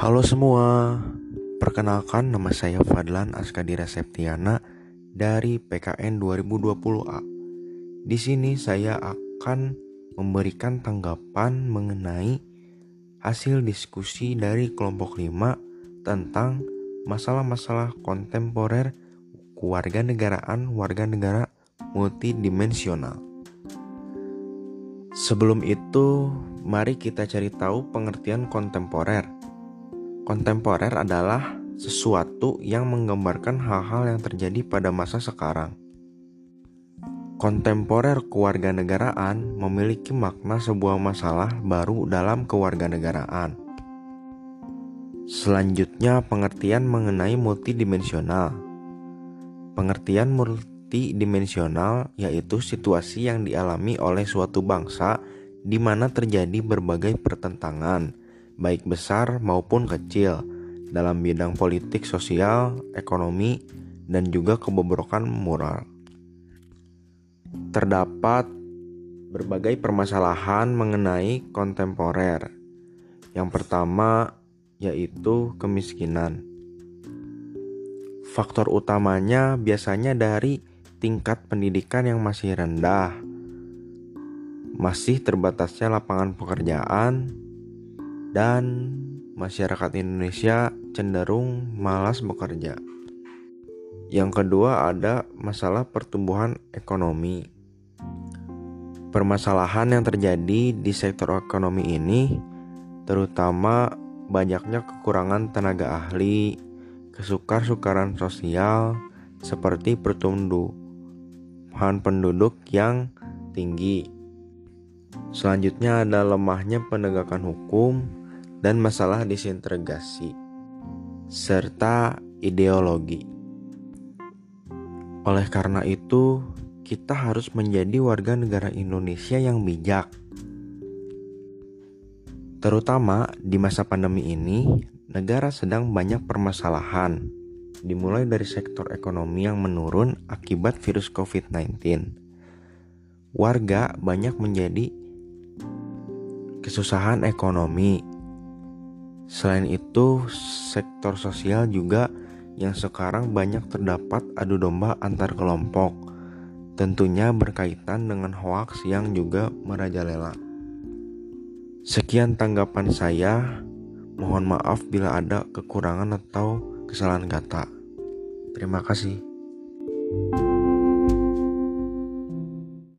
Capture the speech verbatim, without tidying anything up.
Halo semua, perkenalkan nama saya Fadlan Askadira Septiana dari P K N dua ribu dua puluh A. Di sini saya akan memberikan tanggapan mengenai hasil diskusi dari kelompok lima tentang masalah-masalah kontemporer kewarganegaraan warga negara multidimensional. Sebelum itu, mari kita cari tahu pengertian kontemporer. Kontemporer adalah sesuatu yang menggambarkan hal-hal yang terjadi pada masa sekarang. Kontemporer kewarganegaraan memiliki makna sebuah masalah baru dalam kewarganegaraan. Selanjutnya, pengertian mengenai multidimensional. Pengertian multidimensional yaitu situasi yang dialami oleh suatu bangsa di mana terjadi berbagai pertentangan, baik besar maupun kecil, dalam bidang politik, sosial, ekonomi, dan juga kebobrokan moral. Terdapat berbagai permasalahan mengenai kontemporer. Yang pertama yaitu kemiskinan. Faktor utamanya biasanya dari tingkat pendidikan yang masih rendah, masih terbatasnya lapangan pekerjaan, dan masyarakat Indonesia cenderung malas bekerja. Yang kedua ada masalah pertumbuhan ekonomi. Permasalahan yang terjadi di sektor ekonomi ini terutama banyaknya kekurangan tenaga ahli, kesukar-sukaran sosial seperti pertumbuhan penduduk yang tinggi. Selanjutnya ada lemahnya penegakan hukum dan masalah disintegrasi, serta ideologi. Oleh karena itu, kita harus menjadi warga negara Indonesia yang bijak. Terutama di masa pandemi ini, negara sedang banyak permasalahan, dimulai dari sektor ekonomi yang menurun akibat virus covid sembilan belas. Warga banyak menjadi kesusahan ekonomi. Selain itu, sektor sosial juga yang sekarang banyak terdapat adu domba antar kelompok, tentunya berkaitan dengan hoaks yang juga merajalela. Sekian tanggapan saya. Mohon maaf bila ada kekurangan atau kesalahan kata. Terima kasih.